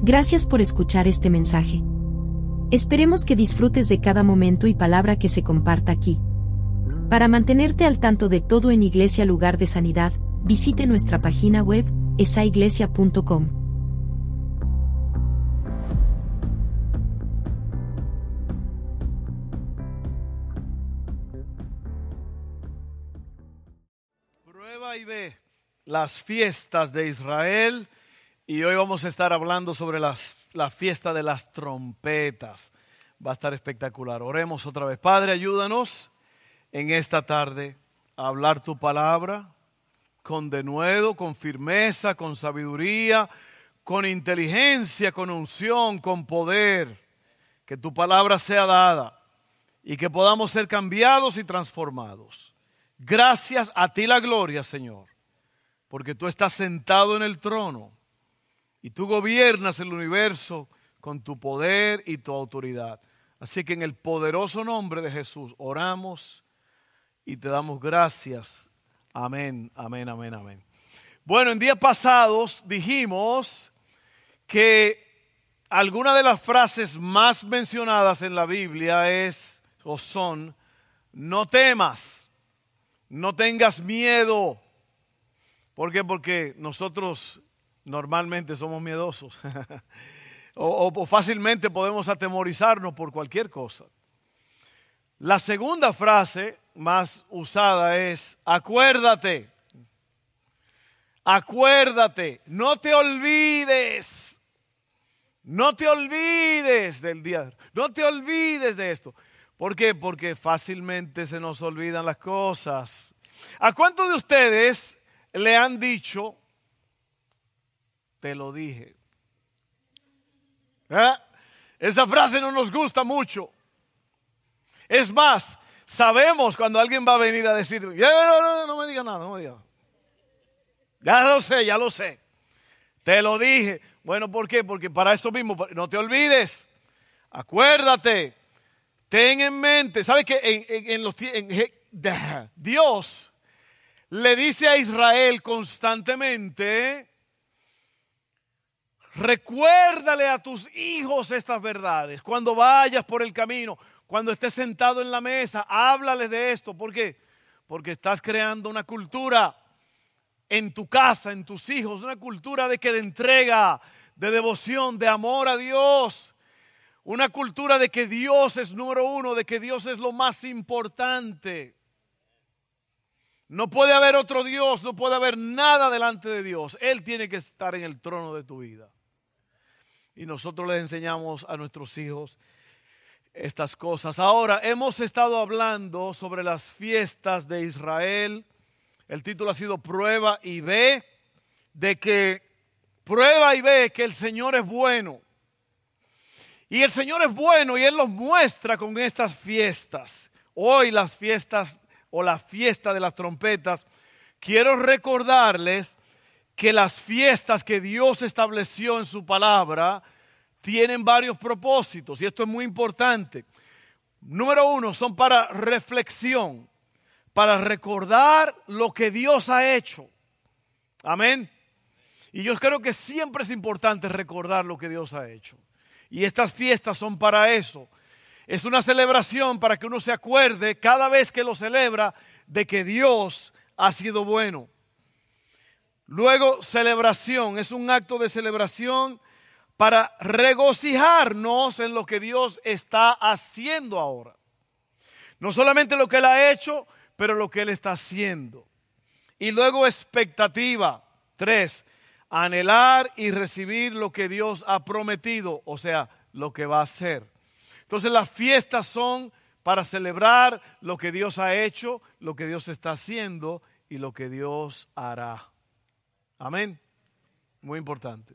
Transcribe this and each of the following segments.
Gracias por escuchar este mensaje. Esperemos que disfrutes de cada momento y palabra que se comparta aquí. Para mantenerte al tanto de todo en Iglesia Lugar de Sanidad, visite nuestra página web, esaiglesia.com. Prueba y ve las fiestas de Israel, y hoy vamos a estar hablando sobre la fiesta de las trompetas. Va a estar espectacular. Oremos otra vez. Padre, ayúdanos en esta tarde a hablar tu palabra con denuedo, con firmeza, con sabiduría, con inteligencia, con unción, con poder. Que tu palabra sea dada y que podamos ser cambiados y transformados. Gracias a ti la gloria, Señor, porque tú estás sentado en el trono y tú gobiernas el universo con tu poder y tu autoridad. Así que en el poderoso nombre de Jesús oramos y te damos gracias. Amén, amén, amén, amén. Bueno, en días pasados dijimos que alguna de las frases más mencionadas en la Biblia es o son: no temas, no tengas miedo. ¿Por qué? Porque nosotros normalmente somos miedosos o fácilmente podemos atemorizarnos por cualquier cosa. La segunda frase más usada es: acuérdate, acuérdate, no te olvides del día, no te olvides de esto. ¿Por qué? Porque fácilmente se nos olvidan las cosas. ¿A cuántos de ustedes le han dicho, te lo dije? Esa frase no nos gusta mucho. Es más, sabemos cuando alguien va a venir a decir, no me diga nada, no me diga nada. Ya lo sé. Te lo dije. Bueno, ¿por qué? Porque para esto mismo, no te olvides. Acuérdate. Ten en mente. ¿Sabes que Dios le dice a Israel constantemente: recuérdale a tus hijos estas verdades. Cuando vayas por el camino, cuando estés sentado en la mesa, háblales de esto. ¿Por qué? Porque estás creando una cultura en tu casa, en tus hijos, una cultura de entrega, de devoción, de amor a Dios. Una cultura de que Dios es número uno, de que Dios es lo más importante. No puede haber otro Dios, no puede haber nada delante de Dios. Él tiene que estar en el trono de tu vida. Y nosotros les enseñamos a nuestros hijos estas cosas. Ahora, hemos estado hablando sobre las fiestas de Israel. El título ha sido Prueba y ve, prueba y ve que el Señor es bueno. Y el Señor es bueno y Él los muestra con estas fiestas. Hoy las fiestas o la fiesta de las trompetas, quiero recordarles que las fiestas que Dios estableció en su palabra tienen varios propósitos y esto es muy importante. Número uno, son para reflexión, para recordar lo que Dios ha hecho. Amén. Y yo creo que siempre es importante recordar lo que Dios ha hecho. Y estas fiestas son para eso. Es una celebración para que uno se acuerde cada vez que lo celebra de que Dios ha sido bueno. Luego, celebración. Es un acto de celebración para regocijarnos en lo que Dios está haciendo ahora. No solamente lo que Él ha hecho, pero lo que Él está haciendo. Y luego, expectativa. 3. Anhelar y recibir lo que Dios ha prometido, o sea, lo que va a hacer. Entonces las fiestas son para celebrar lo que Dios ha hecho, lo que Dios está haciendo y lo que Dios hará. Amén. Muy importante.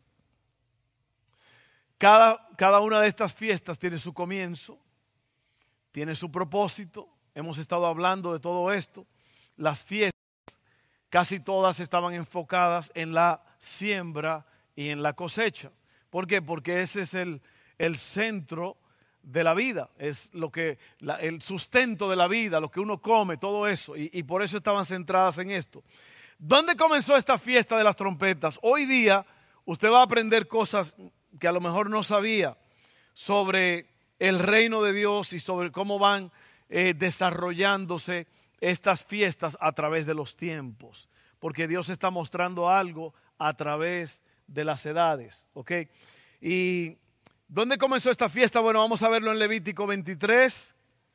Cada una de estas fiestas tiene su comienzo, tiene su propósito. Hemos estado hablando de todo esto. Las fiestas, casi todas estaban enfocadas en la siembra y en la cosecha. ¿Por qué? Porque ese es el centro de la vida, es el sustento de la vida, lo que uno come, todo eso, y por eso estaban centradas en esto. ¿Dónde comenzó esta fiesta de las trompetas? Hoy día usted va a aprender cosas que a lo mejor no sabía sobre el reino de Dios y sobre cómo van desarrollándose estas fiestas a través de los tiempos, porque Dios está mostrando algo a través de las edades, ¿ok? ¿Y dónde comenzó esta fiesta? Bueno, vamos a verlo en Levítico 23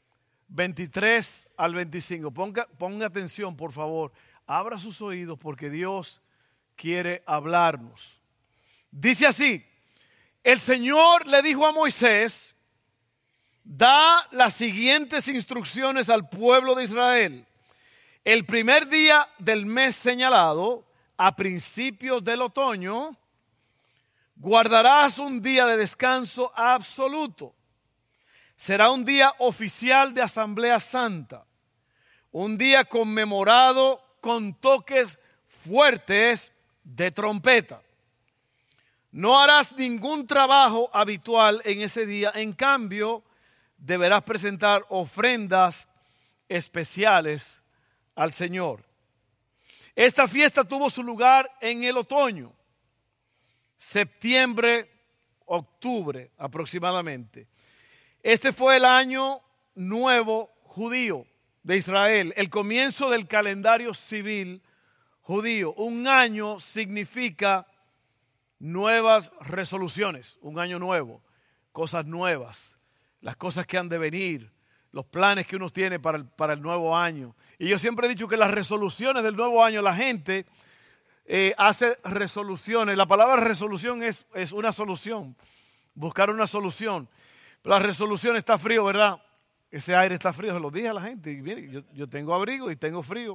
al 25. Ponga atención, por favor. Abra sus oídos porque Dios quiere hablarnos. Dice así: el Señor le dijo a Moisés: da las siguientes instrucciones al pueblo de Israel. El primer día del mes señalado, a principios del otoño, guardarás un día de descanso absoluto. Será un día oficial de Asamblea Santa, un día conmemorado con toques fuertes de trompeta. No harás ningún trabajo habitual en ese día, en cambio, deberás presentar ofrendas especiales al Señor. Esta fiesta tuvo su lugar en el otoño, septiembre, octubre aproximadamente. Este fue el año nuevo judío de Israel, el comienzo del calendario civil judío. Un año significa nuevas resoluciones, un año nuevo, cosas nuevas, las cosas que han de venir, los planes que uno tiene para el nuevo año. Y yo siempre he dicho que las resoluciones del nuevo año, la gente hace resoluciones. La palabra resolución es una solución, buscar una solución. La resolución está frío, ¿verdad? Ese aire está frío, se lo dije a la gente. Y mire, yo tengo abrigo y tengo frío.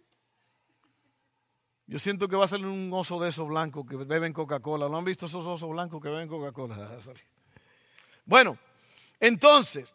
Yo siento que va a salir un oso de esos blancos que beben Coca-Cola. ¿No han visto esos osos blancos que beben Coca-Cola? Bueno, entonces,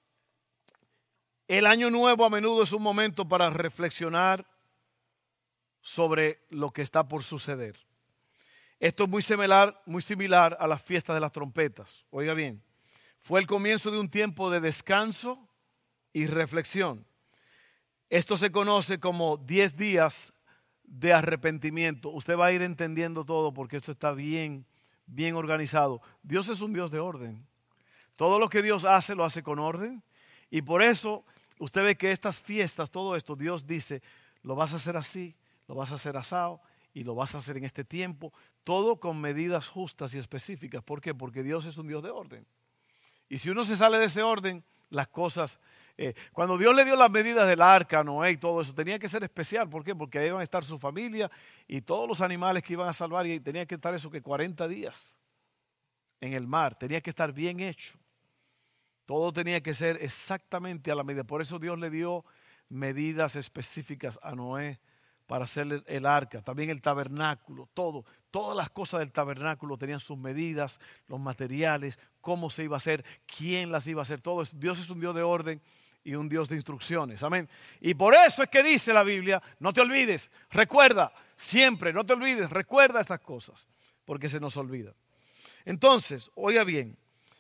el año nuevo a menudo es un momento para reflexionar sobre lo que está por suceder. Esto es muy similar a las fiestas de las trompetas. Oiga bien, fue el comienzo de un tiempo de descanso y reflexión. Esto se conoce como 10 días de arrepentimiento. Usted va a ir entendiendo todo porque esto está bien organizado. Dios es un Dios de orden. Todo lo que Dios hace, lo hace con orden. Y por eso usted ve que estas fiestas, todo esto, Dios dice, lo vas a hacer así, lo vas a hacer asado y lo vas a hacer en este tiempo. Todo con medidas justas y específicas. ¿Por qué? Porque Dios es un Dios de orden. Y si uno se sale de ese orden, las cosas... cuando Dios le dio las medidas del arca a Noé y todo eso, tenía que ser especial. ¿Por qué? Porque ahí iban a estar su familia y todos los animales que iban a salvar. Y tenía que estar eso que 40 días en el mar. Tenía que estar bien hecho. Todo tenía que ser exactamente a la medida. Por eso Dios le dio medidas específicas a Noé para hacer el arca. También el tabernáculo, todas las cosas del tabernáculo tenían sus medidas, los materiales, cómo se iba a hacer, quién las iba a hacer, todo eso. Dios es un Dios de orden y un Dios de instrucciones. Amén. Y por eso es que dice la Biblia, no te olvides, recuerda siempre, no te olvides, recuerda estas cosas, porque se nos olvida. Entonces, oiga bien,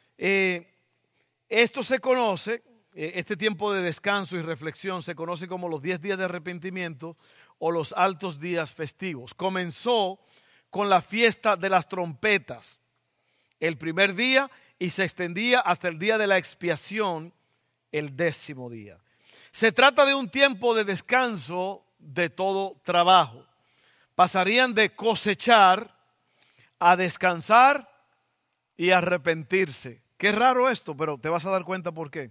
esto se conoce, este tiempo de descanso y reflexión se conoce como los 10 días de arrepentimiento o los altos días festivos. Comenzó con la fiesta de las trompetas, el primer día, y se extendía hasta el día de la expiación, el 10º día. Se trata de un tiempo de descanso de todo trabajo. Pasarían de cosechar a descansar y arrepentirse. Qué raro esto, pero te vas a dar cuenta por qué.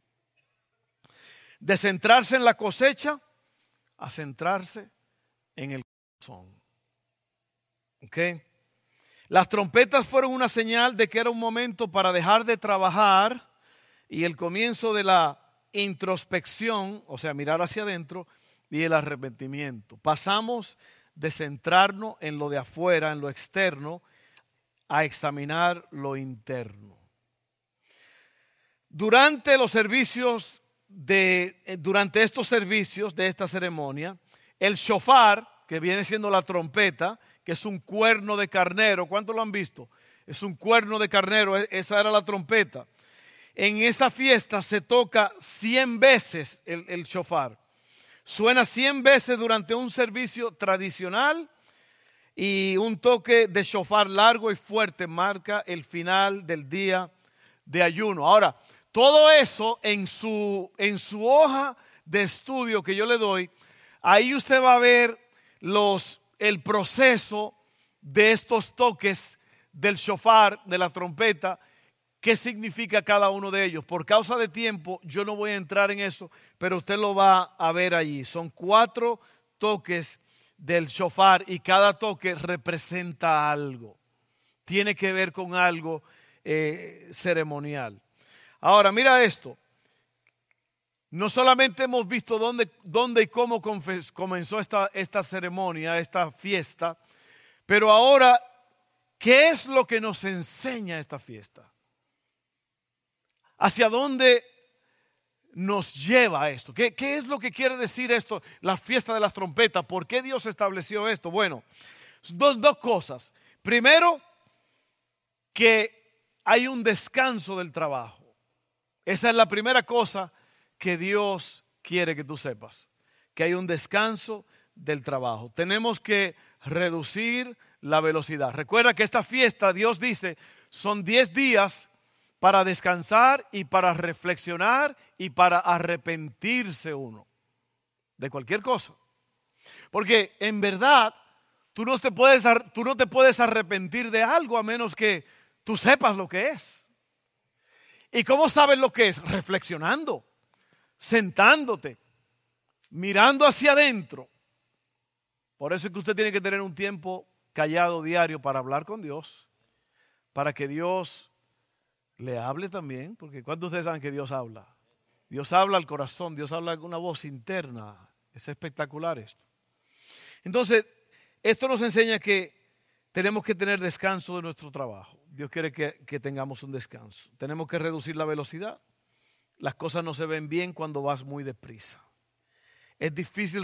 De centrarse en la cosecha a centrarse en el corazón. ¿Ok? Las trompetas fueron una señal de que era un momento para dejar de trabajar y el comienzo de la introspección, o sea, mirar hacia adentro, y el arrepentimiento. Pasamos de centrarnos en lo de afuera, en lo externo, a examinar lo interno. Durante estos servicios de esta ceremonia, el shofar, que viene siendo la trompeta, que es un cuerno de carnero, ¿cuántos lo han visto? Es un cuerno de carnero, esa era la trompeta. En esa fiesta se toca 100 veces el shofar. Suena 100 veces durante un servicio tradicional y un toque de shofar largo y fuerte marca el final del día de ayuno. Ahora, todo eso en su hoja de estudio que yo le doy, ahí usted va a ver el proceso de estos toques del shofar, de la trompeta, qué significa cada uno de ellos. Por causa de tiempo, yo no voy a entrar en eso, pero usted lo va a ver allí. Son 4 toques del shofar y cada toque representa algo. Tiene que ver con algo ceremonial. Ahora, mira esto. No solamente hemos visto dónde y cómo comenzó esta ceremonia, esta fiesta, pero ahora, ¿qué es lo que nos enseña esta fiesta? ¿Hacia dónde nos lleva esto? ¿Qué es lo que quiere decir esto, la fiesta de las trompetas? ¿Por qué Dios estableció esto? Bueno, dos cosas. Primero, que hay un descanso del trabajo. Esa es la primera cosa que Dios quiere que tú sepas, que hay un descanso del trabajo. Tenemos que reducir la velocidad. Recuerda que esta fiesta, Dios dice, son 10 días para descansar y para reflexionar y para arrepentirse uno de cualquier cosa. Porque en verdad tú no te puedes arrepentir de algo a menos que tú sepas lo que es. ¿Y cómo sabes lo que es? Reflexionando, sentándote, mirando hacia adentro. Por eso es que usted tiene que tener un tiempo callado diario para hablar con Dios, para que Dios le hable también, porque ¿cuántos de ustedes saben que Dios habla? Dios habla al corazón, Dios habla con una voz interna. Es espectacular esto. Entonces, esto nos enseña que tenemos que tener descanso de nuestro trabajo. Dios quiere que tengamos un descanso. Tenemos que reducir la velocidad. Las cosas no se ven bien cuando vas muy deprisa. Es difícil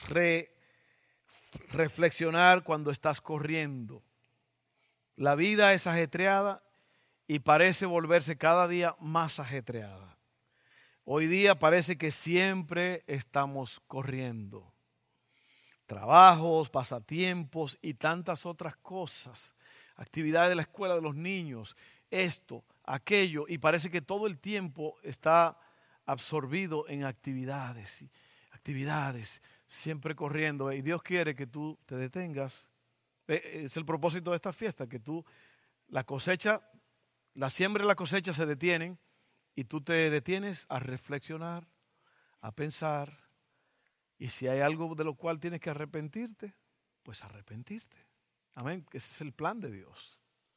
reflexionar cuando estás corriendo. La vida es ajetreada y parece volverse cada día más ajetreada. Hoy día parece que siempre estamos corriendo. Trabajos, pasatiempos y tantas otras cosas. Actividades de la escuela de los niños, esto, aquello. Y parece que todo el tiempo está absorbido en actividades, siempre corriendo. Y Dios quiere que tú te detengas. Es el propósito de esta fiesta, que tú, la siembra y la cosecha se detienen y tú te detienes a reflexionar, a pensar. Y si hay algo de lo cual tienes que arrepentirte, pues arrepentirte. Amén. Ese es el plan de Dios.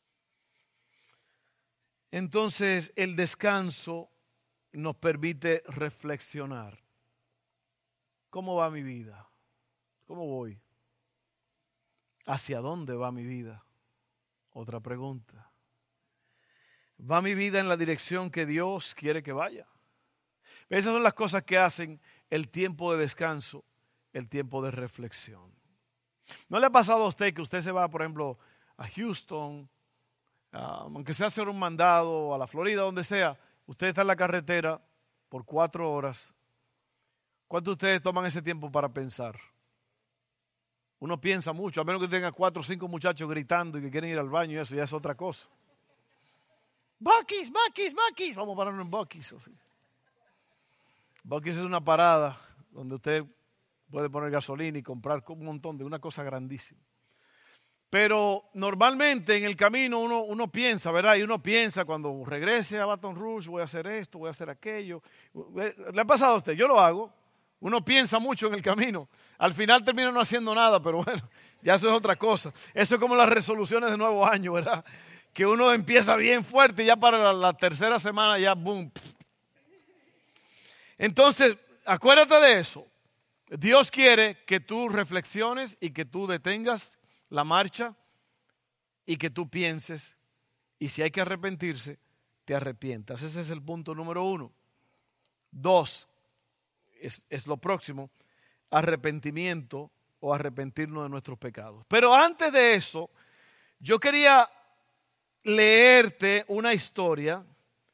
Entonces, el descanso nos permite reflexionar. ¿Cómo va mi vida? ¿Cómo voy? ¿Hacia dónde va mi vida? Otra pregunta. ¿Va mi vida en la dirección que Dios quiere que vaya? Esas son las cosas que hacen el tiempo de descanso, el tiempo de reflexión. ¿No le ha pasado a usted que usted se va, por ejemplo, a Houston, aunque sea a hacer un mandado, a la Florida, donde sea, usted está en la carretera por 4 horas? ¿Cuántos de ustedes toman ese tiempo para pensar? Uno piensa mucho, a menos que tenga 4 o 5 muchachos gritando y que quieren ir al baño y eso ya es otra cosa. Buc-ee's, Buc-ee's, Buc-ee's. Vamos a pararnos en Buc-ee's. Buc-ee's es una parada donde usted puede poner gasolina y comprar un montón de una cosa grandísima. Pero normalmente en el camino uno piensa, ¿verdad? Y uno piensa cuando regrese a Baton Rouge, voy a hacer esto, voy a hacer aquello. ¿Le ha pasado a usted? Yo lo hago. Uno piensa mucho en el camino. Al final termina no haciendo nada, pero bueno, ya eso es otra cosa. Eso es como las resoluciones de nuevo año, ¿verdad? Que uno empieza bien fuerte y ya para la tercera semana ya boom. Entonces, acuérdate de eso. Dios quiere que tú reflexiones y que tú detengas la marcha y que tú pienses, y si hay que arrepentirse, te arrepientas. Ese es el punto número 1. 2, es lo próximo, arrepentimiento o arrepentirnos de nuestros pecados. Pero antes de eso, yo quería leerte una historia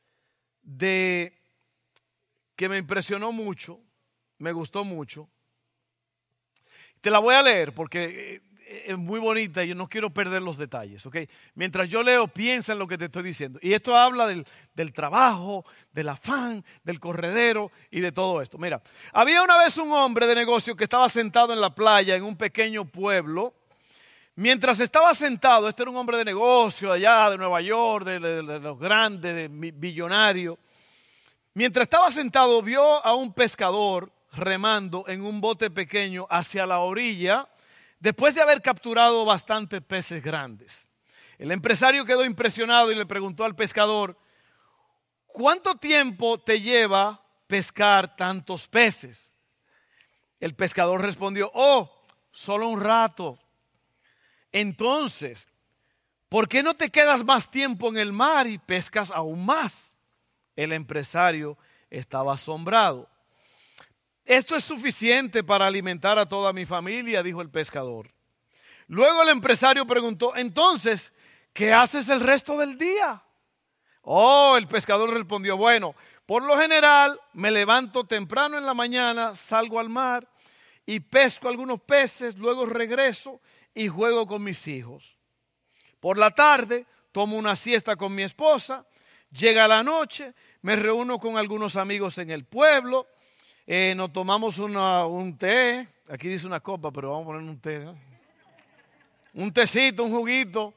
que me impresionó mucho, me gustó mucho. Te la voy a leer porque es muy bonita y yo no quiero perder los detalles, ¿ok? Mientras yo leo, piensa en lo que te estoy diciendo. Y esto habla del trabajo, del afán, del corredero y de todo esto. Mira, había una vez un hombre de negocio que estaba sentado en la playa en un pequeño pueblo. Mientras estaba sentado, este era un hombre de negocio allá de Nueva York, de los grandes, de billonario. Mientras estaba sentado, vio a un pescador remando en un bote pequeño hacia la orilla, después de haber capturado bastantes peces grandes. El empresario quedó impresionado y le preguntó al pescador: ¿cuánto tiempo te lleva pescar tantos peces? El pescador respondió: oh, solo un rato. Entonces, ¿por qué no te quedas más tiempo en el mar y pescas aún más? El empresario estaba asombrado. Esto es suficiente para alimentar a toda mi familia, dijo el pescador. Luego el empresario preguntó: entonces, ¿qué haces el resto del día? Oh, el pescador respondió: bueno, por lo general me levanto temprano en la mañana, salgo al mar y pesco algunos peces, luego regreso y juego con mis hijos. Por la tarde tomo una siesta con mi esposa, llega la noche, me reúno con algunos amigos en el pueblo, nos tomamos un té, aquí dice una copa, pero vamos a poner un té, ¿no? Un tecito, un juguito,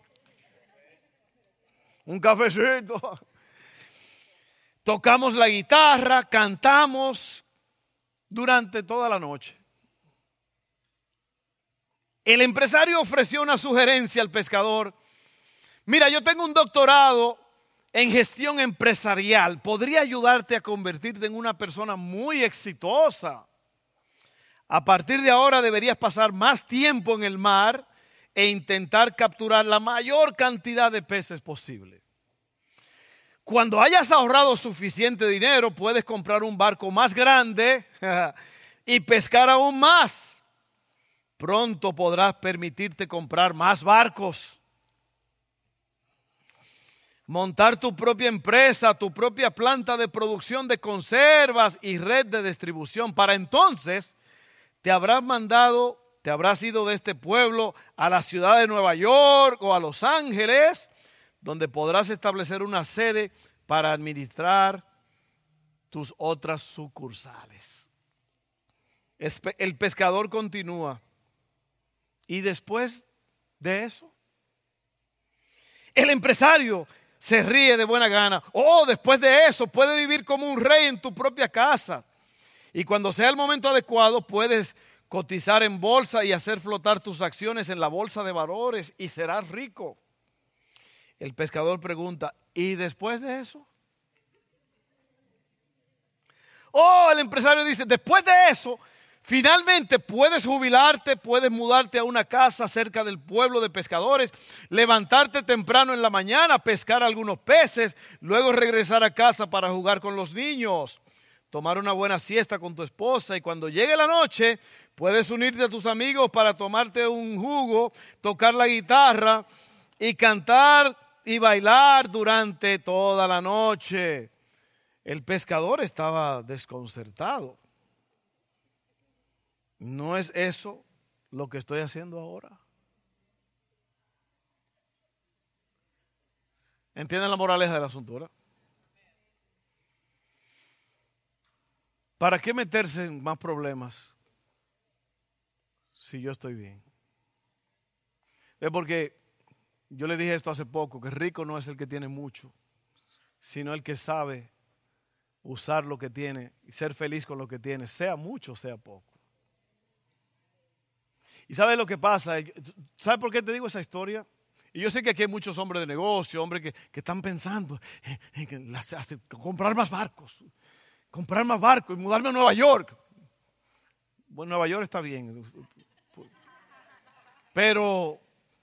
un cafecito. Tocamos la guitarra, cantamos durante toda la noche. El empresario ofreció una sugerencia al pescador: mira, yo tengo un doctorado en gestión empresarial, podría ayudarte a convertirte en una persona muy exitosa. A partir de ahora deberías pasar más tiempo en el mar e intentar capturar la mayor cantidad de peces posible. Cuando hayas ahorrado suficiente dinero, puedes comprar un barco más grande y pescar aún más. Pronto podrás permitirte comprar más barcos, montar tu propia empresa, tu propia planta de producción de conservas y red de distribución. Para entonces te habrás ido de este pueblo a la ciudad de Nueva York o a Los Ángeles, donde podrás establecer una sede para administrar tus otras sucursales. El pescador continúa. Y después de eso, el empresario se ríe de buena gana. Oh, después de eso, puedes vivir como un rey en tu propia casa. Y cuando sea el momento adecuado, puedes cotizar en bolsa y hacer flotar tus acciones en la bolsa de valores y serás rico. El pescador pregunta: ¿y después de eso? Oh, el empresario dice: después de eso, finalmente puedes jubilarte, puedes mudarte a una casa cerca del pueblo de pescadores, levantarte temprano en la mañana, pescar algunos peces, luego regresar a casa para jugar con los niños, tomar una buena siesta con tu esposa, y cuando llegue la noche puedes unirte a tus amigos para tomarte un jugo, tocar la guitarra y cantar y bailar durante toda la noche. El pescador estaba desconcertado. ¿No es eso lo que estoy haciendo ahora? ¿Entienden la moraleja del asunto, verdad? ¿Para qué meterse en más problemas si yo estoy bien? Es porque yo le dije esto hace poco, que rico no es el que tiene mucho, sino el que sabe usar lo que tiene y ser feliz con lo que tiene, sea mucho, sea poco. ¿Y sabes lo que pasa? ¿Sabes por qué te digo esa historia? Y yo sé que aquí hay muchos hombres de negocio, hombres que están pensando en comprar más barcos y mudarme a Nueva York. Bueno, Nueva York está bien, pero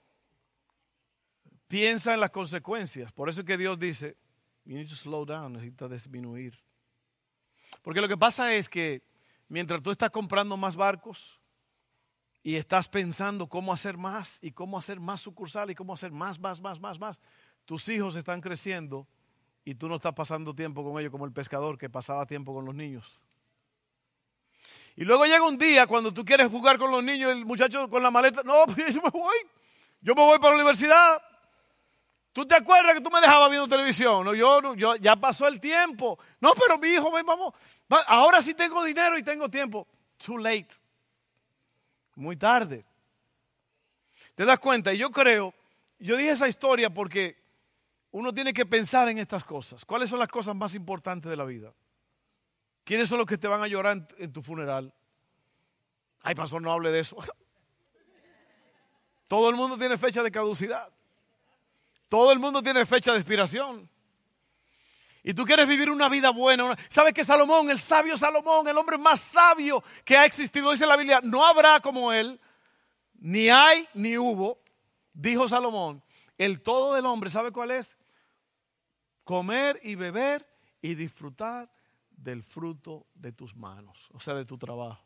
piensa en las consecuencias. Por eso es que Dios dice: you need to slow down, necesitas disminuir. Porque lo que pasa es que mientras tú estás comprando más barcos y estás pensando cómo hacer más y cómo hacer más sucursal y cómo hacer más, tus hijos están creciendo y tú no estás pasando tiempo con ellos como el pescador que pasaba tiempo con los niños. Y luego llega un día cuando tú quieres jugar con los niños, el muchacho con la maleta, no, pues yo me voy para la universidad. ¿Tú te acuerdas que tú me dejabas viendo televisión? No, yo ya pasó el tiempo. No, pero mi hijo, ven, vamos. Ahora sí tengo dinero y tengo tiempo. Too late. Muy tarde. ¿Te das cuenta? Y yo dije esa historia porque uno tiene que pensar en estas cosas. ¿Cuáles son las cosas más importantes de la vida? ¿Quiénes son los que te van a llorar en tu funeral? Ay, pastor, no hable de eso. Todo el mundo tiene fecha de caducidad. Todo el mundo tiene fecha de expiración. Y tú quieres vivir una vida buena. ¿Sabes que Salomón, el sabio Salomón, el hombre más sabio que ha existido, dice la Biblia, no habrá como él, ni hay ni hubo, dijo Salomón, el todo del hombre, ¿sabe cuál es? Comer y beber y disfrutar del fruto de tus manos, o sea, de tu trabajo.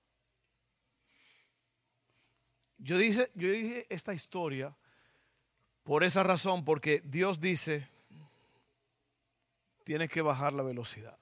Yo dije esta historia por esa razón, porque Dios dice, tienes que bajar la velocidad.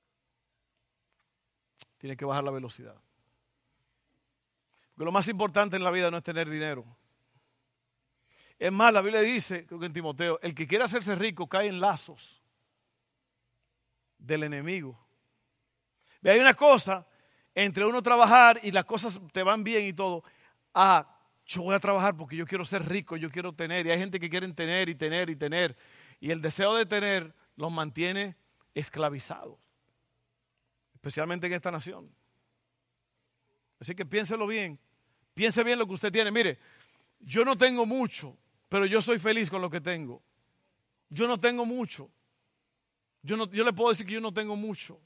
Tienes que bajar la velocidad. Porque lo más importante en la vida no es tener dinero. Es más, la Biblia dice, creo que en Timoteo, el que quiere hacerse rico cae en lazos del enemigo. Ve, hay una cosa entre uno trabajar y las cosas te van bien y todo. Yo voy a trabajar porque yo quiero ser rico, yo quiero tener. Y hay gente que quiere tener y tener y tener. Y el deseo de tener los mantiene esclavizados. Especialmente en esta nación. Así que piénselo bien. Piense bien lo que usted tiene. Mire, yo no tengo mucho, pero yo soy feliz con lo que tengo. Yo no tengo mucho. Yo le puedo decir que yo no tengo mucho.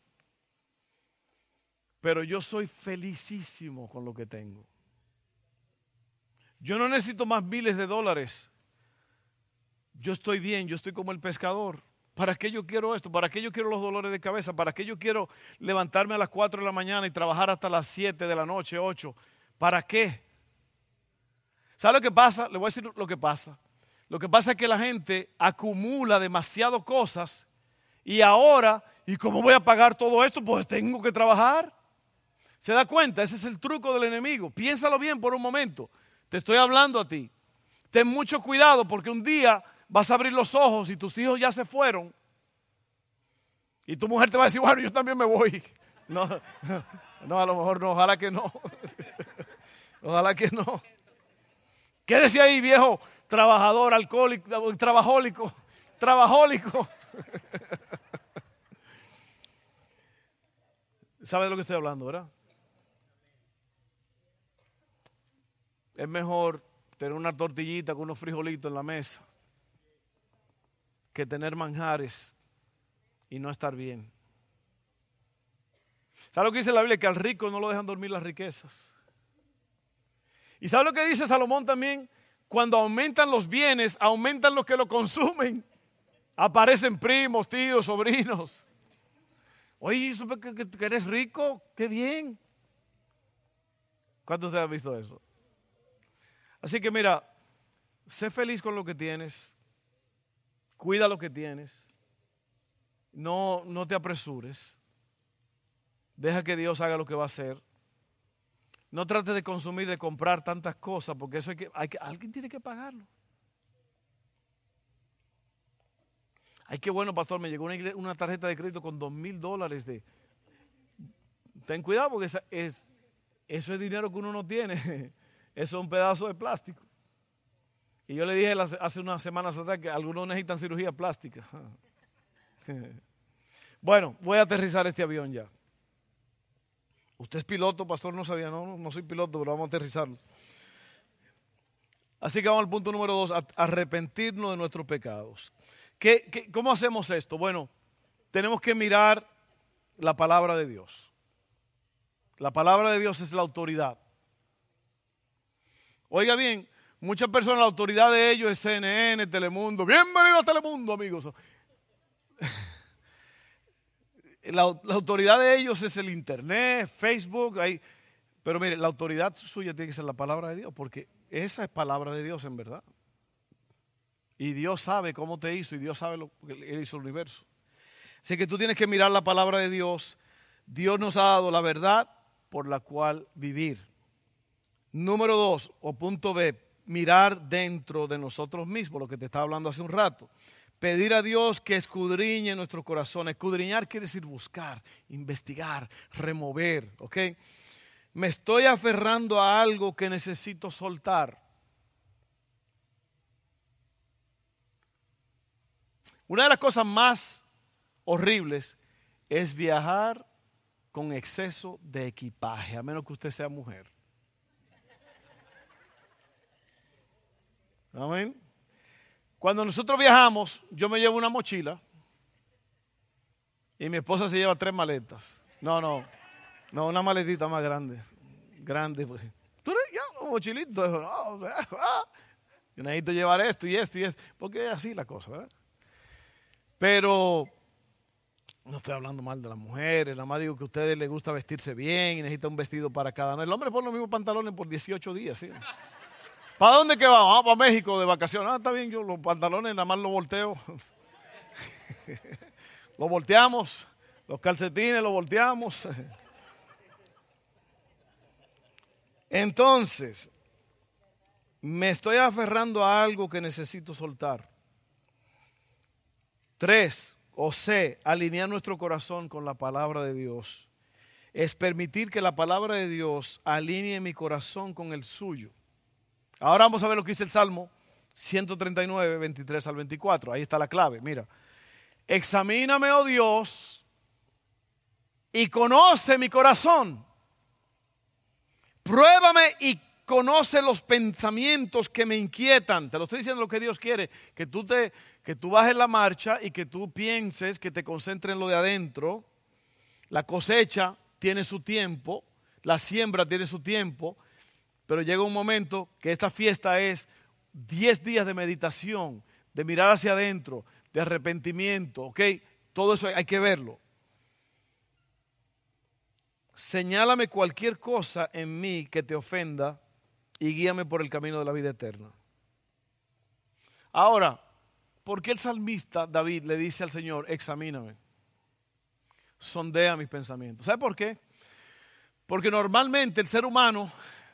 Pero yo soy felicísimo con lo que tengo. Yo no necesito más miles de dólares. Yo estoy bien, yo estoy como el pescador. ¿Para qué yo quiero esto? ¿Para qué yo quiero los dolores de cabeza? ¿Para qué yo quiero levantarme a las 4 de la mañana y trabajar hasta las 7 de la noche, 8? ¿Para qué? ¿Sabe lo que pasa? Le voy a decir lo que pasa. Lo que pasa es que la gente acumula demasiado cosas y ahora, ¿y cómo voy a pagar todo esto? Pues tengo que trabajar. ¿Se da cuenta? Ese es el truco del enemigo. Piénsalo bien por un momento. Te estoy hablando a ti. Ten mucho cuidado porque un día vas a abrir los ojos y tus hijos ya se fueron. Y tu mujer te va a decir, bueno, yo también me voy. No, a lo mejor no, ojalá que no. Ojalá que no. Quédese ahí, viejo trabajador, alcohólico, trabajólico. ¿Sabes de lo que estoy hablando, verdad? Es mejor tener una tortillita con unos frijolitos en la mesa que tener manjares y no estar bien. ¿Sabe lo que dice la Biblia? Que al rico no lo dejan dormir las riquezas. ¿Y sabe lo que dice Salomón también? Cuando aumentan los bienes, aumentan los que lo consumen. Aparecen primos, tíos, sobrinos. Oye, supe que eres rico, qué bien. ¿Cuántos de ustedes han visto eso? Así que mira, sé feliz con lo que tienes, cuida lo que tienes, no te apresures, deja que Dios haga lo que va a hacer. No trates de consumir, de comprar tantas cosas, porque eso alguien tiene que pagarlo. Ay, qué bueno, pastor, me llegó una tarjeta de crédito con $2,000 Ten cuidado porque eso es dinero que uno no tiene. Eso es un pedazo de plástico. Y yo le dije hace unas semanas atrás que algunos necesitan cirugía plástica. Bueno, voy a aterrizar este avión ya. Usted es piloto, pastor, no sabía, no soy piloto, pero vamos a aterrizarlo. Así que vamos al punto número 2, arrepentirnos de nuestros pecados. ¿Cómo hacemos esto? Bueno, tenemos que mirar la palabra de Dios. La palabra de Dios es la autoridad. Oiga bien, muchas personas, la autoridad de ellos es CNN, Telemundo. Bienvenido a Telemundo, amigos. La autoridad de ellos es el internet, Facebook. Pero mire, la autoridad suya tiene que ser la palabra de Dios, porque esa es palabra de Dios en verdad. Y Dios sabe cómo te hizo y Dios sabe lo que Él hizo el universo. Así que tú tienes que mirar la palabra de Dios. Dios nos ha dado la verdad por la cual vivir. Número 2, o punto B, mirar dentro de nosotros mismos, lo que te estaba hablando hace un rato. Pedir a Dios que escudriñe nuestro corazón. Escudriñar quiere decir buscar, investigar, remover, ¿ok? Me estoy aferrando a algo que necesito soltar. Una de las cosas más horribles es viajar con exceso de equipaje, a menos que usted sea mujer. Amén. Cuando nosotros viajamos, yo me llevo una mochila y mi esposa se lleva 3 maletas. No, una maletita más grande. Grande. Pues. ¿Tú eres ya un mochilito? No, yo necesito llevar esto y esto y esto. Porque es así la cosa, ¿verdad? Pero no estoy hablando mal de las mujeres, nada más digo que a ustedes les gusta vestirse bien y necesitan un vestido para cada uno. El hombre pone los mismos pantalones por 18 días, ¿sí? ¿Para dónde que vamos? Para México de vacaciones. Está bien, yo los pantalones nada más los volteo. Los volteamos, los calcetines los volteamos. Entonces, me estoy aferrando a algo que necesito soltar. 3, o C, alinear nuestro corazón con la palabra de Dios. Es permitir que la palabra de Dios alinee mi corazón con el suyo. Ahora vamos a ver lo que dice el Salmo 139, 23 al 24. Ahí está la clave, mira. Examíname, oh Dios, y conoce mi corazón. Pruébame y conoce los pensamientos que me inquietan. Te lo estoy diciendo lo que Dios quiere, que tú bajes la marcha y que tú pienses, que te concentres en lo de adentro. La cosecha tiene su tiempo, la siembra tiene su tiempo, pero llega un momento que esta fiesta es 10 días de meditación, de mirar hacia adentro, de arrepentimiento, ¿ok? Todo eso hay que verlo. Señálame cualquier cosa en mí que te ofenda y guíame por el camino de la vida eterna. Ahora, ¿por qué el salmista David le dice al Señor, examíname? Sondea mis pensamientos. ¿Sabe por qué? Porque normalmente el ser humano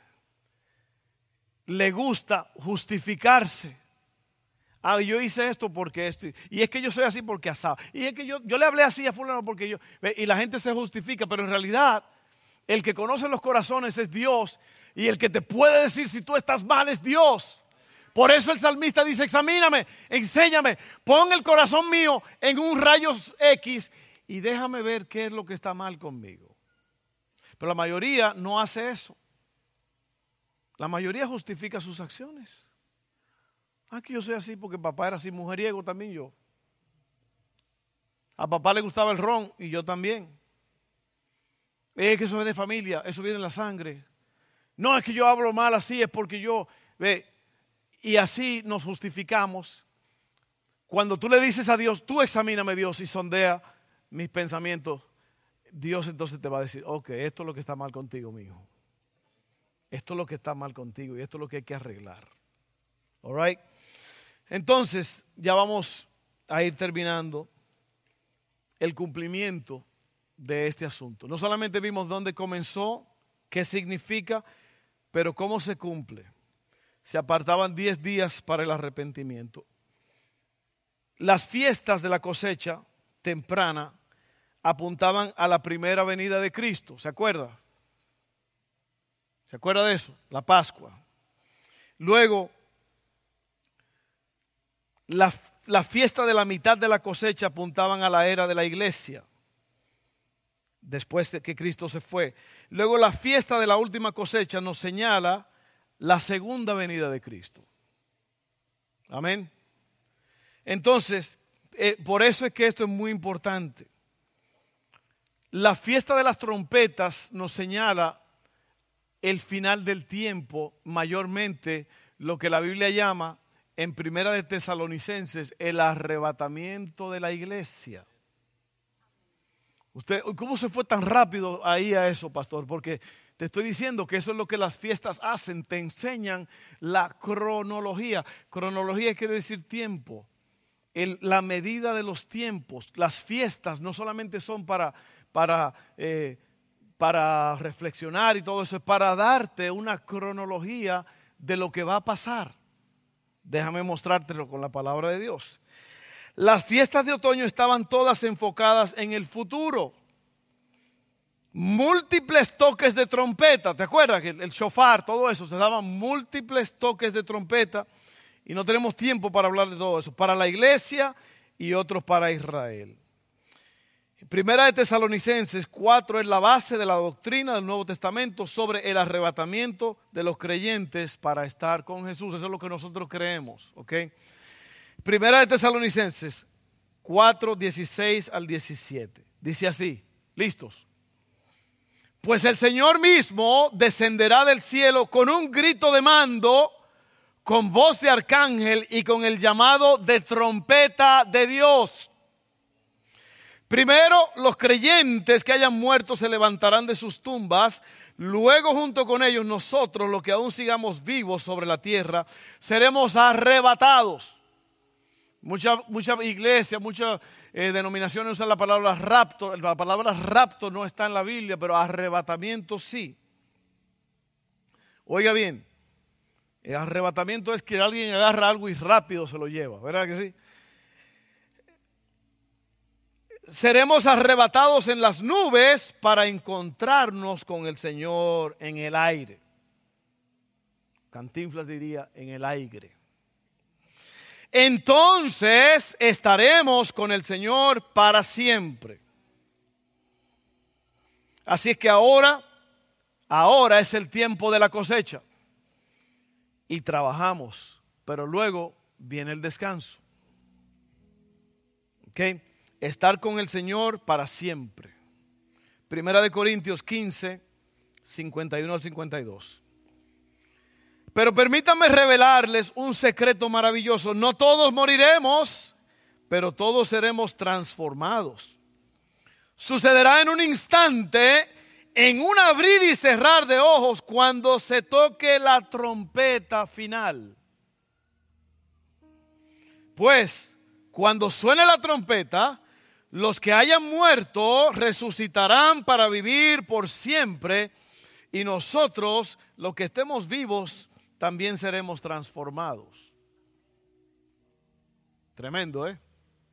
le gusta justificarse. Yo hice esto porque esto. Y es que yo soy así porque asado. Y es que yo le hablé así a fulano porque yo. Y la gente se justifica, pero en realidad el que conoce los corazones es Dios. Y el que te puede decir si tú estás mal es Dios. Por eso el salmista dice, examíname, enséñame, pon el corazón mío en un rayos X y déjame ver qué es lo que está mal conmigo. Pero la mayoría no hace eso. La mayoría justifica sus acciones. Que yo soy así porque papá era así, mujeriego también yo. A papá le gustaba el ron y yo también. Es que eso es de familia, eso viene en la sangre. No, es que yo hablo mal así, es porque yo... Y así nos justificamos. Cuando tú le dices a Dios, tú examíname Dios y sondea mis pensamientos, Dios entonces te va a decir, ok, esto es lo que está mal contigo, mi hijo. Esto es lo que está mal contigo y esto es lo que hay que arreglar. All right. Entonces, ya vamos a ir terminando el cumplimiento de este asunto. No solamente vimos dónde comenzó, qué significa, pero cómo se cumple. Se apartaban 10 días para el arrepentimiento. Las fiestas de la cosecha temprana apuntaban a la primera venida de Cristo. ¿Se acuerda? ¿Se acuerda de eso? La Pascua. Luego, la fiesta de la mitad de la cosecha apuntaban a la era de la iglesia, después de que Cristo se fue. Luego la fiesta de la última cosecha nos señala la segunda venida de Cristo. Amén. Entonces, por eso es que esto es muy importante. La fiesta de las trompetas nos señala el final del tiempo, mayormente lo que la Biblia llama en Primera de Tesalonicenses el arrebatamiento de la iglesia. ¿Cómo se fue tan rápido ahí a eso, pastor? Porque te estoy diciendo que eso es lo que las fiestas hacen, te enseñan la cronología. Cronología quiere decir tiempo, la medida de los tiempos. Las fiestas no solamente son para para reflexionar y todo eso, es para darte una cronología de lo que va a pasar. Déjame mostrártelo con la palabra de Dios. Las fiestas de otoño estaban todas enfocadas en el futuro. Múltiples toques de trompeta, ¿te acuerdas? Que el shofar, todo eso, se daban múltiples toques de trompeta y no tenemos tiempo para hablar de todo eso. Para la iglesia y otros para Israel. Primera de Tesalonicenses 4 es la base de la doctrina del Nuevo Testamento sobre el arrebatamiento de los creyentes para estar con Jesús. Eso es lo que nosotros creemos, ¿ok? Primera de Tesalonicenses 4, 16 al 17. Dice así, ¿listos? Pues el Señor mismo descenderá del cielo con un grito de mando, con voz de arcángel y con el llamado de trompeta de Dios. Primero, los creyentes que hayan muerto se levantarán de sus tumbas. Luego, junto con ellos, nosotros, los que aún sigamos vivos sobre la tierra, seremos arrebatados. Muchas iglesias, muchas denominaciones usan la palabra rapto. La palabra rapto no está en la Biblia, pero arrebatamiento sí. Oiga bien, el arrebatamiento es que alguien agarra algo y rápido se lo lleva, ¿verdad que sí? Seremos arrebatados en las nubes para encontrarnos con el Señor en el aire. Cantinflas diría en el aire. Entonces estaremos con el Señor para siempre. Así es que ahora es el tiempo de la cosecha. Y trabajamos, pero luego viene el descanso. ¿Ok? Estar con el Señor para siempre. Primera de Corintios 15, 51 al 52. Pero permítanme revelarles un secreto maravilloso. No todos moriremos, pero todos seremos transformados. Sucederá en un instante, en un abrir y cerrar de ojos, cuando se toque la trompeta final. Pues, cuando suene la trompeta, los que hayan muerto resucitarán para vivir por siempre, y nosotros, los que estemos vivos, también seremos transformados. Tremendo, ¿eh?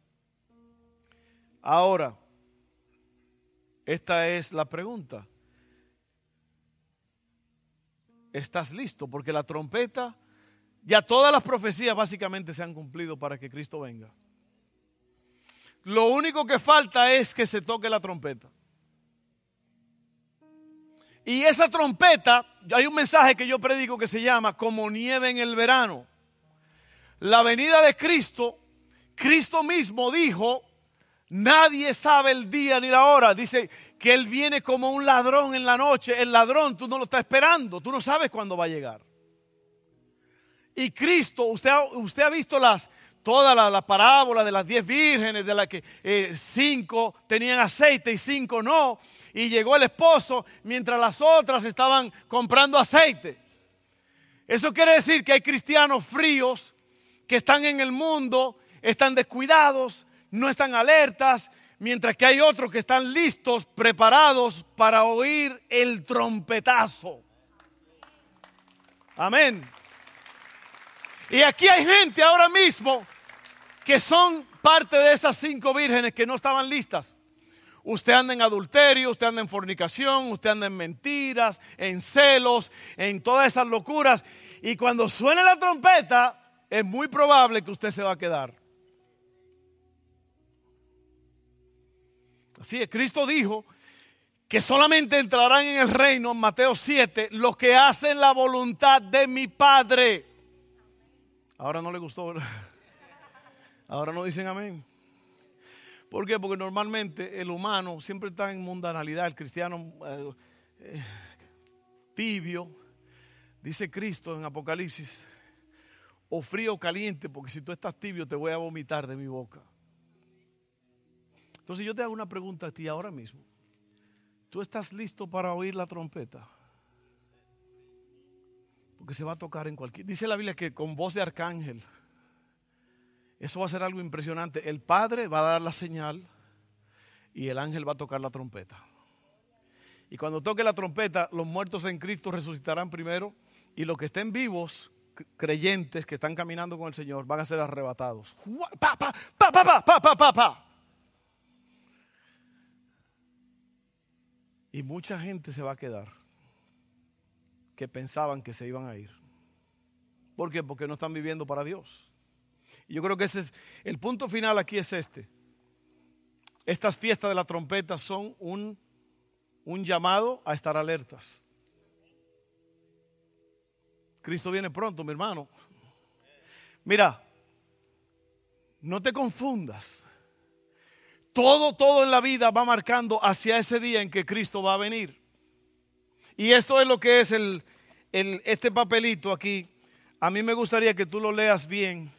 Ahora, esta es la pregunta. ¿Estás listo? Porque la trompeta, ya todas las profecías básicamente se han cumplido para que Cristo venga. Lo único que falta es que se toque la trompeta. Y esa trompeta, hay un mensaje que yo predico que se llama como nieve en el verano. La venida de Cristo, Cristo mismo dijo, nadie sabe el día ni la hora. Dice que Él viene como un ladrón en la noche. El ladrón tú no lo estás esperando, tú no sabes cuándo va a llegar. Y Cristo, usted ha visto toda la parábola de las 10 vírgenes, de las que 5 tenían aceite y 5 no. Y llegó el esposo mientras las otras estaban comprando aceite. Eso quiere decir que hay cristianos fríos que están en el mundo, están descuidados, no están alertas, mientras que hay otros que están listos, preparados para oír el trompetazo. Amén. Y aquí hay gente ahora mismo que son parte de esas 5 vírgenes que no estaban listas. Usted anda en adulterio, usted anda en fornicación, usted anda en mentiras, en celos, en todas esas locuras. Y cuando suene la trompeta, es muy probable que usted se va a quedar. Así es, Cristo dijo que solamente entrarán en el reino, en Mateo 7, los que hacen la voluntad de mi Padre. Ahora no le gustó, ¿verdad? Ahora no dicen amén. ¿Por qué? Porque normalmente el humano siempre está en mundanalidad, el cristiano tibio, dice Cristo en Apocalipsis, o frío o caliente, porque si tú estás tibio te voy a vomitar de mi boca. Entonces yo te hago una pregunta a ti ahora mismo. ¿Tú estás listo para oír la trompeta? Porque se va a tocar en cualquier... Dice la Biblia que con voz de arcángel. Eso va a ser algo impresionante. El Padre va a dar la señal y el ángel va a tocar la trompeta. Y cuando toque la trompeta, los muertos en Cristo resucitarán primero y los que estén vivos, creyentes que están caminando con el Señor, van a ser arrebatados. ¡Pa, pa, pa, pa, pa, pa, pa, pa, pa! Y mucha gente se va a quedar que pensaban que se iban a ir. ¿Por qué? Porque no están viviendo para Dios. Y yo creo que ese es el punto final aquí es este. Estas fiestas de la trompeta son un llamado a estar alertas. Cristo viene pronto, mi hermano. Mira, no te confundas. Todo en la vida va marcando hacia ese día en que Cristo va a venir. Y esto es lo que es este papelito aquí. A mí me gustaría que tú lo leas bien.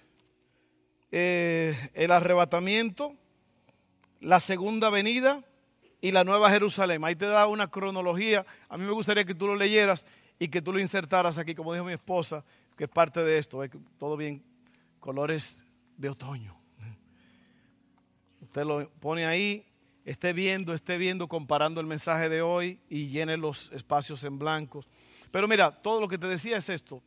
El arrebatamiento, la segunda venida y la nueva Jerusalén. Ahí te da una cronología. A mí me gustaría que tú lo leyeras y que tú lo insertaras aquí, como dijo mi esposa, que es parte de esto. Todo bien, colores de otoño. Usted lo pone ahí, esté viendo, comparando el mensaje de hoy y llene los espacios en blancos. Pero mira, todo lo que te decía es esto.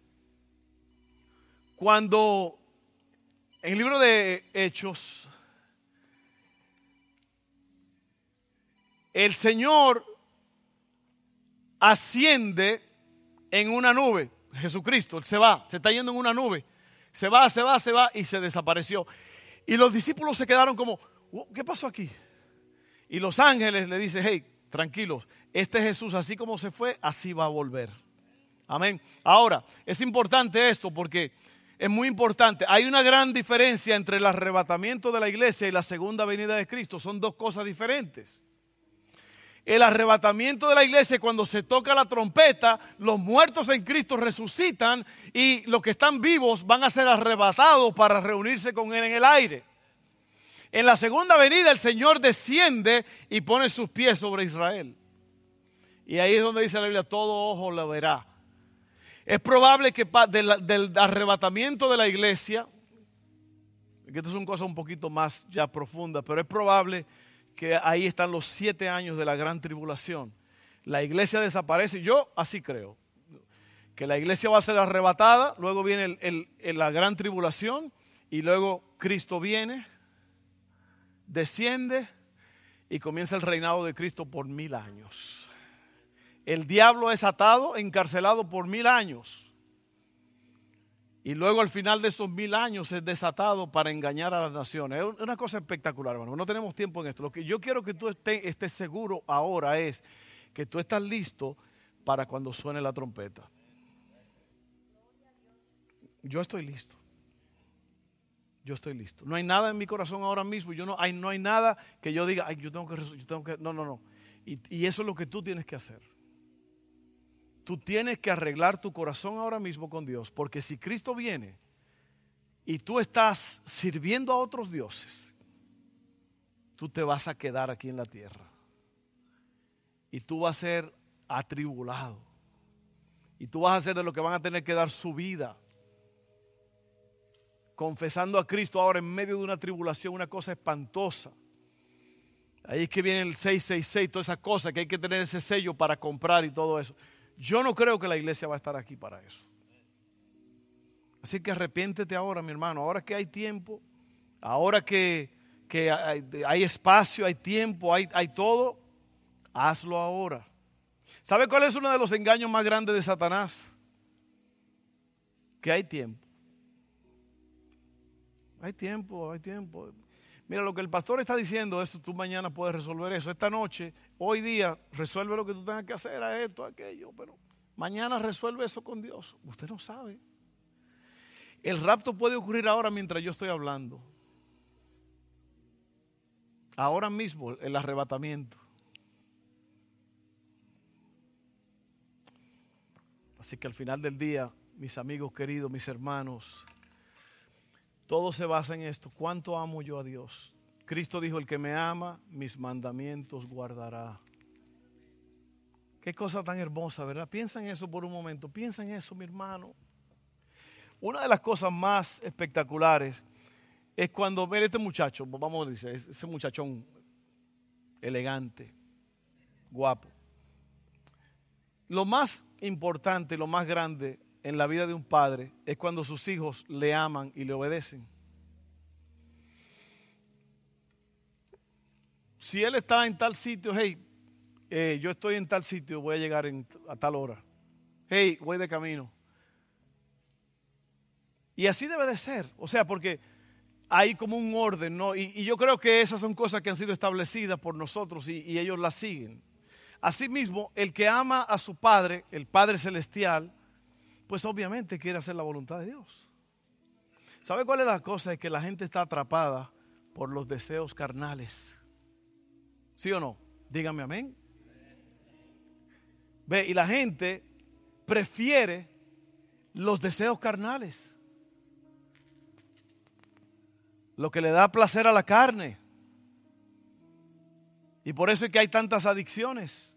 Cuando en el libro de Hechos, el Señor asciende en una nube, Jesucristo, Él se está yendo en una nube, se va y se desapareció. Y los discípulos se quedaron como, ¿qué pasó aquí? Y los ángeles le dicen, hey, tranquilos, este Jesús así como se fue, así va a volver. Amén. Ahora, es importante esto porque es muy importante. Hay una gran diferencia entre el arrebatamiento de la iglesia y la segunda venida de Cristo. Son dos cosas diferentes. El arrebatamiento de la iglesia, cuando se toca la trompeta, los muertos en Cristo resucitan y los que están vivos van a ser arrebatados para reunirse con Él en el aire. En la segunda venida el Señor desciende y pone sus pies sobre Israel. Y ahí es donde dice la Biblia, todo ojo lo verá. Es probable que del arrebatamiento de la iglesia, que esto es una cosa un poquito más ya profunda, pero es probable que ahí están los 7 años de la gran tribulación. La iglesia desaparece, yo así creo, que la iglesia va a ser arrebatada, luego viene la gran tribulación y luego Cristo viene, desciende y comienza el reinado de Cristo por 1000 años. El diablo es atado, encarcelado por 1000 años. Y luego al final de esos 1000 años es desatado para engañar a las naciones. Es una cosa espectacular, hermano. No tenemos tiempo en esto. Lo que yo quiero que tú estés seguro ahora es que tú estás listo para cuando suene la trompeta. Yo estoy listo. Yo estoy listo. No hay nada en mi corazón ahora mismo. No hay nada que yo diga, ay, yo tengo que. No. Y eso es lo que tú tienes que hacer. Tú tienes que arreglar tu corazón ahora mismo con Dios, porque si Cristo viene y tú estás sirviendo a otros dioses, tú te vas a quedar aquí en la tierra y tú vas a ser atribulado y tú vas a ser de los que van a tener que dar su vida confesando a Cristo ahora en medio de una tribulación, una cosa espantosa. Ahí es que viene el 666, toda esa cosa que hay que tener ese sello para comprar y todo eso. Yo no creo que la iglesia va a estar aquí para eso. Así que arrepiéntete ahora, mi hermano. Ahora que hay tiempo, ahora que hay espacio, hay tiempo, hay todo, hazlo ahora. ¿Sabe cuál es uno de los engaños más grandes de Satanás? Que hay tiempo. Hay tiempo. Mira, lo que el pastor está diciendo, esto tú mañana puedes resolver eso. Esta noche, hoy día, resuelve lo que tú tengas que hacer, a esto, a aquello, pero mañana resuelve eso con Dios. Usted no sabe. El rapto puede ocurrir ahora mientras yo estoy hablando. Ahora mismo, el arrebatamiento. Así que al final del día, mis amigos queridos, mis hermanos, todo se basa en esto. ¿Cuánto amo yo a Dios? Cristo dijo, el que me ama, mis mandamientos guardará. Qué cosa tan hermosa, ¿verdad? Piensa en eso por un momento. Piensa en eso, mi hermano. Una de las cosas más espectaculares es cuando ver este muchacho, vamos a decir, ese muchachón elegante, guapo. lo más importante, lo más grande en la vida de un padre es cuando sus hijos le aman y le obedecen. Si él está en tal sitio, hey, yo estoy en tal sitio, voy a llegar a tal hora. Hey, voy de camino. Y así debe de ser. O sea, porque hay como un orden, ¿no? Y yo creo que esas son cosas que han sido establecidas por nosotros y ellos las siguen. Asimismo, el que ama a su Padre, el Padre Celestial, pues obviamente quiere hacer la voluntad de Dios. ¿Sabe cuál es la cosa? Es que la gente está atrapada por los deseos carnales. ¿Sí o no? Dígame amén. Ve, y la gente prefiere los deseos carnales. Lo que le da placer a la carne. Y por eso es que hay tantas adicciones.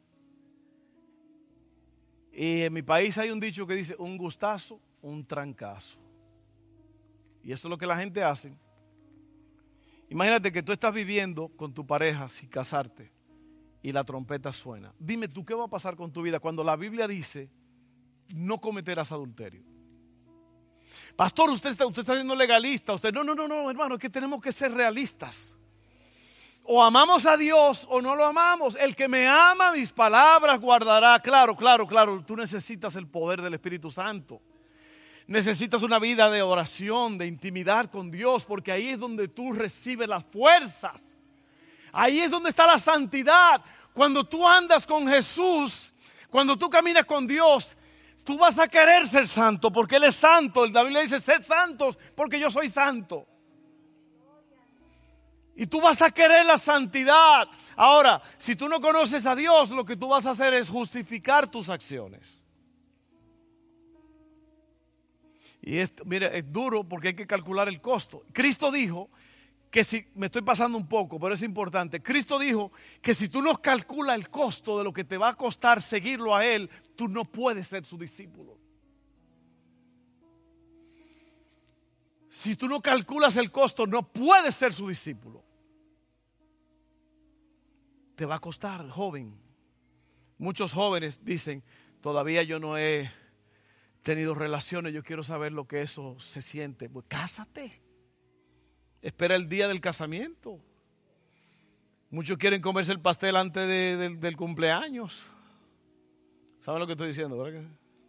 Y en mi país hay un dicho que dice, un gustazo, un trancazo. Y eso es lo que la gente hace. Imagínate que tú estás viviendo con tu pareja sin casarte y la trompeta suena. Dime tú, ¿qué va a pasar con tu vida cuando la Biblia dice, no cometerás adulterio? Pastor, usted está siendo legalista. No, hermano, es que tenemos que ser realistas. O amamos a Dios o no lo amamos. El que me ama, mis palabras guardará. Claro. Tú necesitas el poder del Espíritu Santo. Necesitas una vida de oración, de intimidad con Dios, porque ahí es donde tú recibes las fuerzas. Ahí es donde está la santidad. Cuando tú andas con Jesús, cuando tú caminas con Dios, tú vas a querer ser santo porque Él es santo. La Biblia dice, sed santos porque yo soy santo. Y tú vas a querer la santidad. Ahora, si tú no conoces a Dios, lo que tú vas a hacer es justificar tus acciones. Y mire, es duro porque hay que calcular el costo. Cristo dijo que si, me estoy pasando un poco, pero es importante. Cristo dijo que si tú no calculas el costo de lo que te va a costar seguirlo a Él, tú no puedes ser su discípulo. Si tú no calculas el costo, no puedes ser su discípulo. Te va a costar, joven. Muchos jóvenes dicen, todavía yo no he tenido relaciones, yo quiero saber lo que eso se siente. Pues cásate. Espera el día del casamiento. Muchos quieren comerse el pastel antes del cumpleaños. ¿Saben lo que estoy diciendo? ¿Verdad?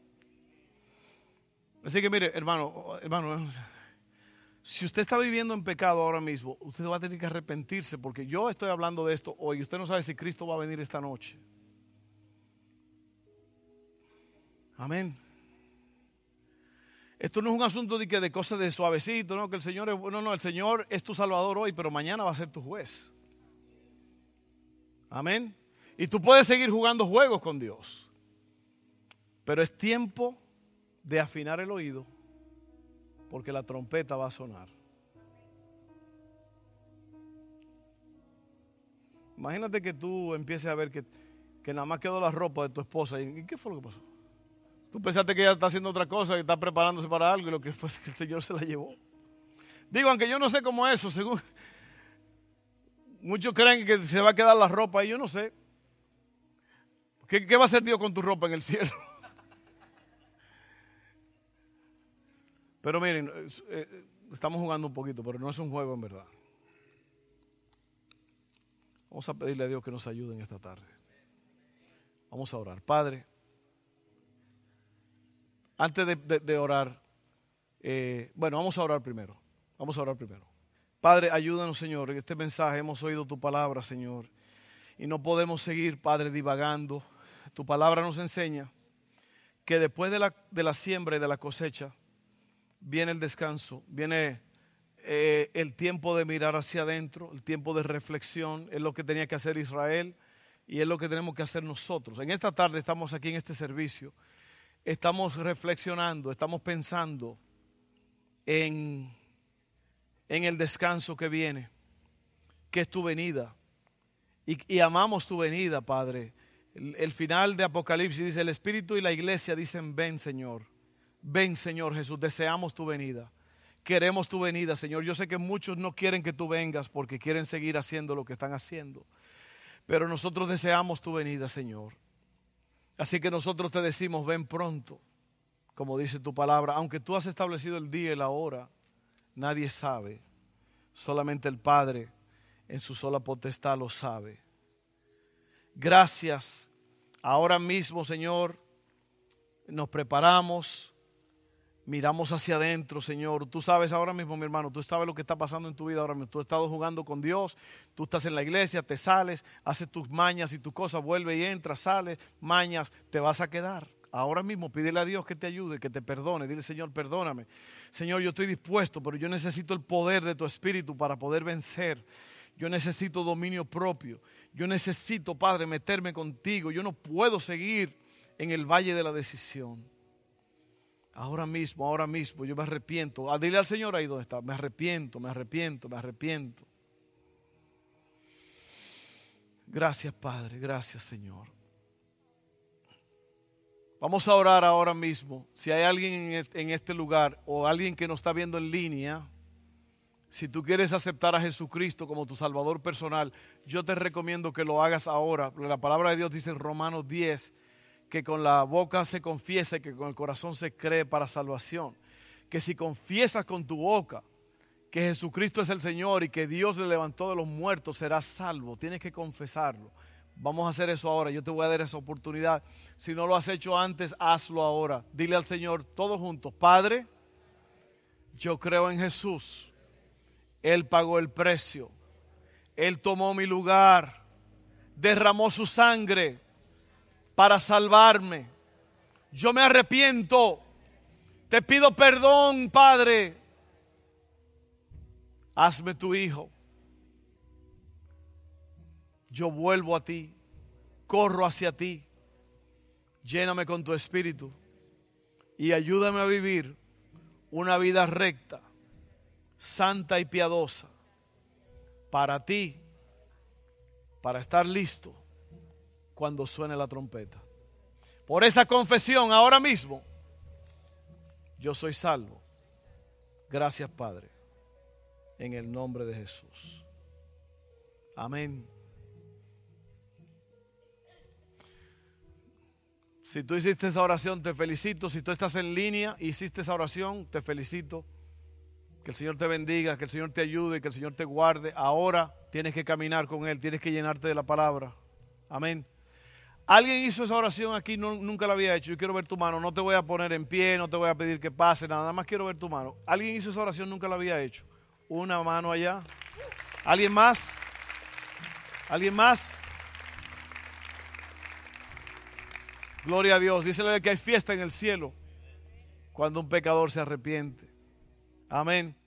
Así que mire, hermano, si usted está viviendo en pecado ahora mismo, usted va a tener que arrepentirse, porque yo estoy hablando de esto hoy. Usted no sabe si Cristo va a venir esta noche. Amén. Esto no es un asunto de cosas de suavecito, no, que el Señor es bueno, no, el Señor es tu Salvador hoy, pero mañana va a ser tu juez. Amén. Y tú puedes seguir jugando juegos con Dios, pero es tiempo de afinar el oído, porque la trompeta va a sonar. Imagínate que tú empieces a ver que nada más quedó la ropa de tu esposa. ¿Y qué fue lo que pasó? Tú pensaste que ella está haciendo otra cosa, que está preparándose para algo, y lo que fue es que el Señor se la llevó. Digo, aunque yo no sé cómo es eso, según muchos creen que se va a quedar la ropa y yo no sé. ¿Qué va a hacer Dios con tu ropa en el cielo? Pero miren, estamos jugando un poquito, pero no es un juego en verdad. Vamos a pedirle a Dios que nos ayude en esta tarde. Vamos a orar. Padre, antes de orar, vamos a orar primero. Padre, ayúdanos, Señor. En este mensaje hemos oído tu palabra, Señor. Y no podemos seguir, Padre, divagando. Tu palabra nos enseña que después de la siembra y de la cosecha, viene el descanso, viene el tiempo de mirar hacia adentro, el tiempo de reflexión. Es lo que tenía que hacer Israel y es lo que tenemos que hacer nosotros. En esta tarde estamos aquí en este servicio. Estamos reflexionando, estamos pensando en el descanso que viene, que es tu venida. Y amamos tu venida, Padre. El final de Apocalipsis dice, el Espíritu y la iglesia dicen, ven Señor Jesús, deseamos tu venida. Queremos tu venida, Señor. Yo sé que muchos no quieren que tú vengas porque quieren seguir haciendo lo que están haciendo. Pero nosotros deseamos tu venida, Señor. Así que nosotros te decimos, ven pronto, como dice tu palabra. Aunque tú has establecido el día y la hora, nadie sabe. Solamente el Padre en su sola potestad lo sabe. Gracias. Ahora mismo, Señor, nos preparamos, miramos hacia adentro, Señor. Tú sabes ahora mismo, mi hermano, tú sabes lo que está pasando en tu vida ahora mismo. Tú has estado jugando con Dios, tú estás en la iglesia, te sales, haces tus mañas y tus cosas, vuelve y entras, sales, mañas, te vas a quedar. Ahora mismo pídele a Dios que te ayude, que te perdone. Dile, Señor, perdóname. Señor, yo estoy dispuesto, pero yo necesito el poder de tu Espíritu para poder vencer. Yo necesito dominio propio. Yo necesito, Padre, meterme contigo. Yo no puedo seguir en el valle de la decisión. Ahora mismo, yo me arrepiento. Dile al Señor ahí donde está. Me arrepiento. Gracias, Padre. Gracias, Señor. Vamos a orar ahora mismo. Si hay alguien en este lugar o alguien que nos está viendo en línea, si tú quieres aceptar a Jesucristo como tu Salvador personal, yo te recomiendo que lo hagas ahora. La palabra de Dios dice en Romanos 10 que con la boca se confiesa y que con el corazón se cree para salvación. Que si confiesas con tu boca que Jesucristo es el Señor y que Dios le levantó de los muertos, serás salvo. Tienes que confesarlo. Vamos a hacer eso ahora. Yo te voy a dar esa oportunidad. Si no lo has hecho antes, hazlo ahora. Dile al Señor todos juntos: Padre, yo creo en Jesús. Él pagó el precio. Él tomó mi lugar. Derramó su sangre para salvarme. Yo me arrepiento. Te pido perdón, Padre. Hazme tu hijo. Yo vuelvo a ti. Corro hacia ti. Lléname con tu espíritu. Y ayúdame a vivir una vida recta, santa y piadosa para ti, para estar listo cuando suene la trompeta. Por esa confesión ahora mismo, yo soy salvo. Gracias, Padre, en el nombre de Jesús. Amén. Si tú hiciste esa oración, te felicito. Si tú estás en línea y hiciste esa oración, te felicito. Que el Señor te bendiga, que el Señor te ayude, que el Señor te guarde. Ahora tienes que caminar con Él, tienes que llenarte de la palabra. Amén. ¿Alguien hizo esa oración aquí? Nunca la había hecho. Yo quiero ver tu mano. No te voy a poner en pie, no te voy a pedir que pase, nada más quiero ver tu mano. ¿Alguien hizo esa oración? Nunca la había hecho. Una mano allá. ¿Alguien más? ¿Alguien más? Gloria a Dios. Dícele que hay fiesta en el cielo cuando un pecador se arrepiente. Amén.